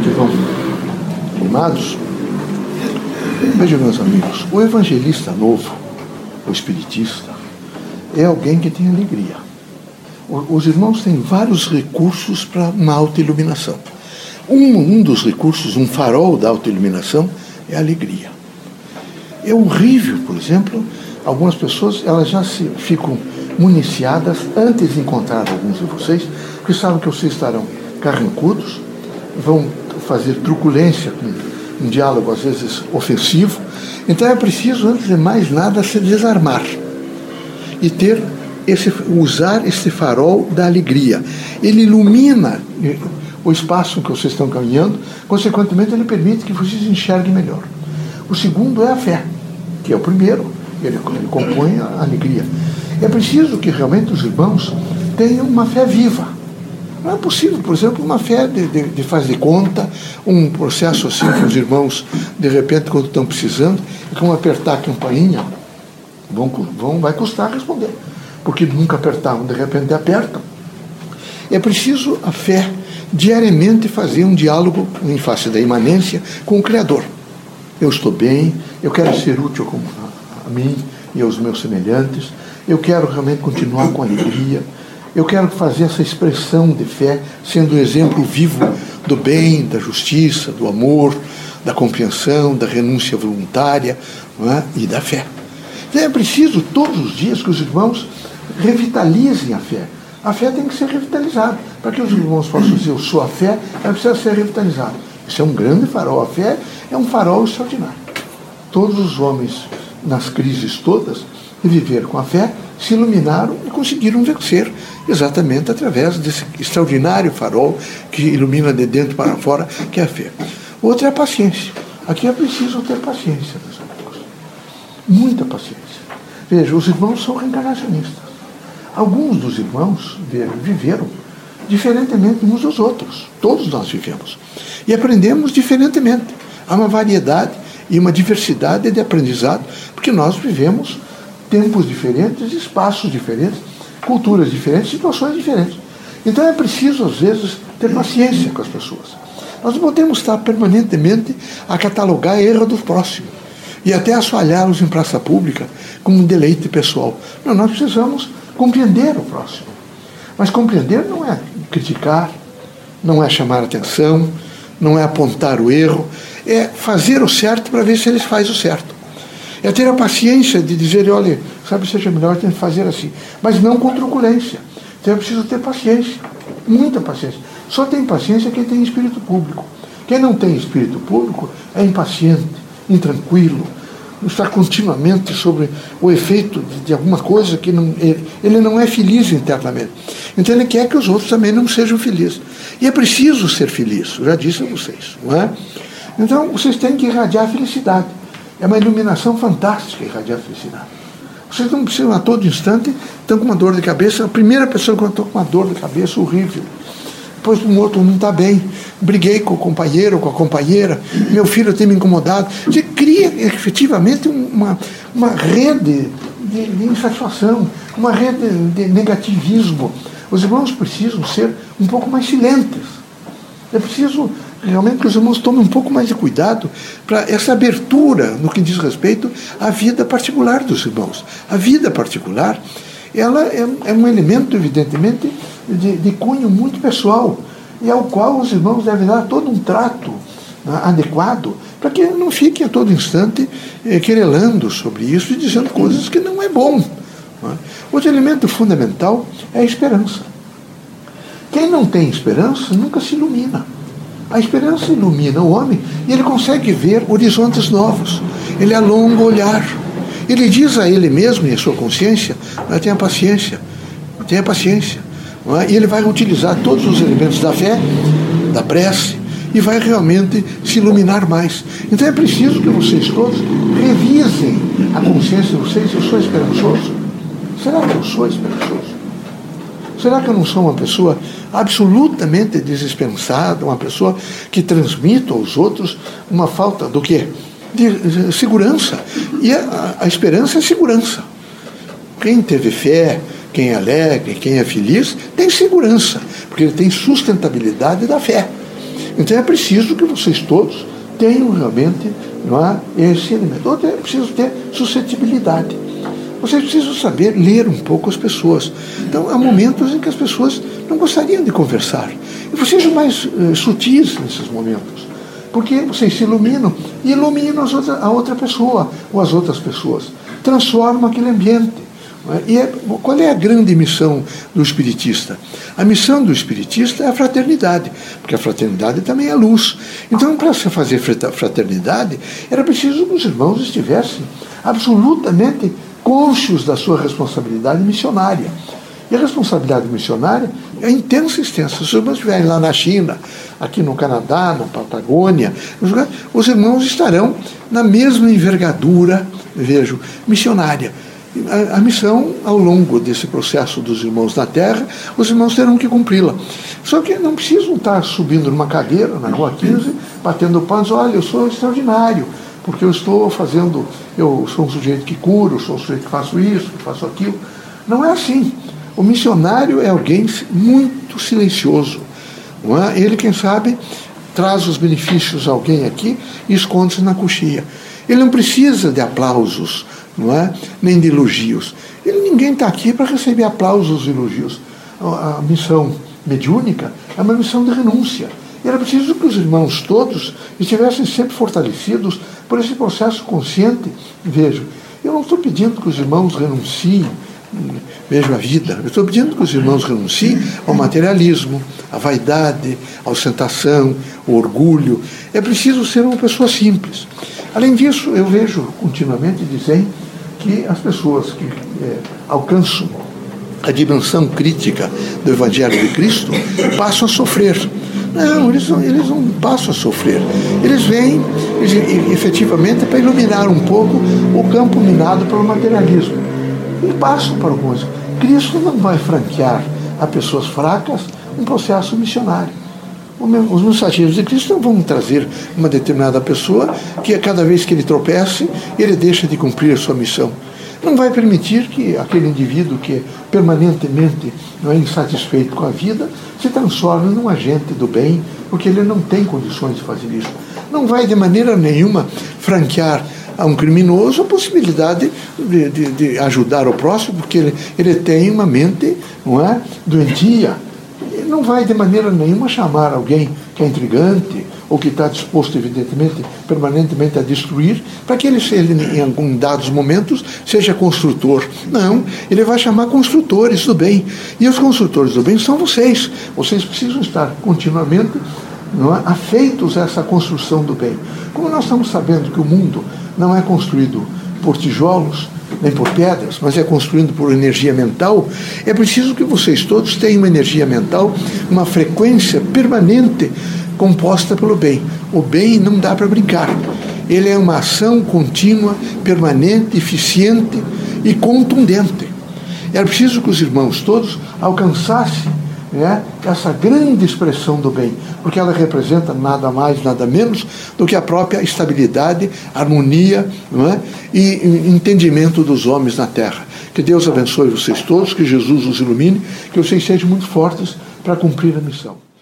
que vão animados. Vejam, meus amigos, o evangelista novo, o espiritista, é alguém que tem alegria. Os irmãos têm vários recursos para uma autoiluminação. Um dos recursos, um farol da autoiluminação, é a alegria. É horrível, por exemplo, algumas pessoas elas já ficam municiadas antes de encontrar alguns de vocês, porque sabem que vocês estarão carrancudos, vão fazer truculência com um diálogo às vezes ofensivo. Então é preciso, antes de mais nada, se desarmar e usar esse farol da alegria. Ele ilumina o espaço em que vocês estão caminhando, consequentemente ele permite que vocês enxerguem melhor. O segundo é a fé, que é o primeiro, ele compõe a alegria. É preciso que realmente os irmãos tenham uma fé viva. Não é possível, por exemplo, uma fé de faz de conta, um processo assim que os irmãos, de repente, quando estão precisando, é como apertar a campainha, vai custar responder, porque nunca apertavam, de repente apertam. É preciso a fé diariamente fazer um diálogo em face da imanência com o Criador. Eu estou bem, eu quero ser útil a mim e aos meus semelhantes, eu quero realmente continuar com alegria, eu quero fazer essa expressão de fé sendo o exemplo vivo do bem, da justiça, do amor, da compreensão, da renúncia voluntária, não é? E da fé. Então é preciso todos os dias que os irmãos revitalizem a fé. A fé tem que ser revitalizada. Para que os irmãos possam dizer, eu sou a fé, ela precisa ser revitalizada. Isso é um grande farol. A fé é um farol extraordinário. Todos os homens, nas crises todas, que viveram com a fé, se iluminaram e conseguiram vencer exatamente através desse extraordinário farol que ilumina de dentro para fora, que é a fé. Outra é a paciência. Aqui é preciso ter paciência, meus amigos. Muita paciência. Veja, os irmãos são reencarnacionistas. Alguns dos irmãos viveram diferentemente uns dos outros. Todos nós vivemos. E aprendemos diferentemente. Há uma variedade e uma diversidade de aprendizado, porque nós vivemos tempos diferentes, espaços diferentes, culturas diferentes, situações diferentes. Então é preciso, às vezes, ter paciência com as pessoas. Nós não podemos estar permanentemente a catalogar erro do próximo e até assoalhá-los em praça pública como um deleite pessoal. Não, nós precisamos compreender o próximo. Mas compreender não é criticar, não é chamar a atenção, não é apontar o erro, é fazer o certo para ver se eles fazem o certo. É ter a paciência de dizer, olha, sabe, seja melhor, tem que fazer assim. Mas não com truculência. Então é preciso ter paciência, muita paciência. Só tem paciência quem tem espírito público. Quem não tem espírito público é impaciente, intranquilo, está continuamente sobre o efeito de alguma coisa que ele não é feliz internamente. Então ele quer que os outros também não sejam felizes. E é preciso ser feliz, eu já disse a vocês, não é? Então vocês têm que irradiar a felicidade. É uma iluminação fantástica irradiar a felicidade. Vocês não precisam a todo instante, estão com uma dor de cabeça. A primeira pessoa que eu estou com uma dor de cabeça horrível. Depois um outro não está bem. Briguei com o companheiro ou com a companheira. Meu filho tem me incomodado. Você cria efetivamente uma rede de insatisfação, uma rede de negativismo. Os irmãos precisam ser um pouco mais silentes. É preciso realmente que os irmãos tomem um pouco mais de cuidado para essa abertura no que diz respeito à vida particular dos irmãos. A vida particular, ela é um elemento, evidentemente, de cunho muito pessoal, e ao qual os irmãos devem dar todo um trato, né, adequado, para que não fiquem a todo instante querelando sobre isso e dizendo coisas que não é bom. Né? Outro elemento fundamental é a esperança. Quem não tem esperança nunca se ilumina. A esperança ilumina o homem e ele consegue ver horizontes novos. Ele alonga o olhar. Ele diz a ele mesmo e a sua consciência, tenha paciência, tenha paciência. Não é? E ele vai utilizar todos os elementos da fé, da prece, e vai realmente se iluminar mais. Então é preciso que vocês todos revisem a consciência de vocês. Eu sou esperançoso? Será que eu sou esperançoso? Será que eu não sou uma pessoa absolutamente desesperançada, uma pessoa que transmite aos outros uma falta do quê? De segurança. E a esperança é segurança. Quem teve fé, quem é alegre, quem é feliz, tem segurança, porque ele tem sustentabilidade da fé. Então é preciso que vocês todos tenham realmente, não é, esse elemento. Outro é preciso ter suscetibilidade. Vocês precisam saber ler um pouco as pessoas. Então, há momentos em que as pessoas não gostariam de conversar. E vocês são mais sutis nesses momentos. Porque vocês se iluminam e iluminam a outra pessoa ou as outras pessoas. Transformam aquele ambiente. E qual é a grande missão do espiritista? A missão do espiritista é a fraternidade, porque a fraternidade também é luz. Então, para se fazer fraternidade, era preciso que os irmãos estivessem absolutamente conscios da sua responsabilidade missionária. E a responsabilidade missionária é intensa e extensa. Se os irmãos estiverem lá na China, aqui no Canadá, na Patagônia, os irmãos estarão na mesma envergadura, vejo, missionária. A missão, ao longo desse processo dos irmãos na Terra, os irmãos terão que cumpri-la. Só que não precisam estar subindo numa cadeira, na Rua 15, batendo palmas, olha, eu sou extraordinário, porque eu sou um sujeito que curo, eu sou um sujeito que faço isso, que faço aquilo. Não é assim. O missionário é alguém muito silencioso. Não é? Ele, quem sabe, traz os benefícios a alguém aqui e esconde-se na coxia. Ele não precisa de aplausos, não é? Nem de elogios. Ninguém está aqui para receber aplausos e elogios. A missão mediúnica é uma missão de renúncia. E era preciso que os irmãos todos estivessem sempre fortalecidos por esse processo consciente. Vejo, eu não estou pedindo que os irmãos renunciem, vejo a vida, eu estou pedindo que os irmãos renunciem ao materialismo, à vaidade, à ostentação, ao orgulho. É preciso ser uma pessoa simples. Além disso, eu vejo continuamente dizem que as pessoas que alcançam a dimensão crítica do Evangelho de Cristo passam a sofrer. Não, eles não passam a sofrer. Eles vêm, efetivamente, para iluminar um pouco o campo minado pelo materialismo. E passam para alguns. Cristo não vai franquear a pessoas fracas um processo missionário. Os mensageiros de Cristo não vão trazer uma determinada pessoa que a cada vez que ele tropece, ele deixa de cumprir a sua missão. Não vai permitir que aquele indivíduo que permanentemente não é insatisfeito com a vida se transforme num agente do bem, porque ele não tem condições de fazer isso. Não vai de maneira nenhuma franquear a um criminoso a possibilidade de ajudar o próximo, porque ele tem uma mente, não é, doentia. Não vai de maneira nenhuma chamar alguém que é intrigante ou que está disposto, evidentemente, permanentemente a destruir, para que ele, em alguns dados momentos, seja construtor. Não, ele vai chamar construtores do bem. E os construtores do bem são vocês. Vocês precisam estar continuamente, não é, afeitos a essa construção do bem. Como nós estamos sabendo que o mundo não é construído por tijolos, nem por pedras, mas é construído por energia mental, é preciso que vocês todos tenham uma energia mental, uma frequência permanente composta pelo bem. O bem não dá para brincar. Ele é uma ação contínua, permanente, eficiente e contundente. É preciso que os irmãos todos alcançassem, né, essa grande expressão do bem, porque ela representa nada mais, nada menos do que a própria estabilidade, harmonia, não é, e entendimento dos homens na Terra. Que Deus abençoe vocês todos, que Jesus os ilumine, que vocês sejam muito fortes para cumprir a missão.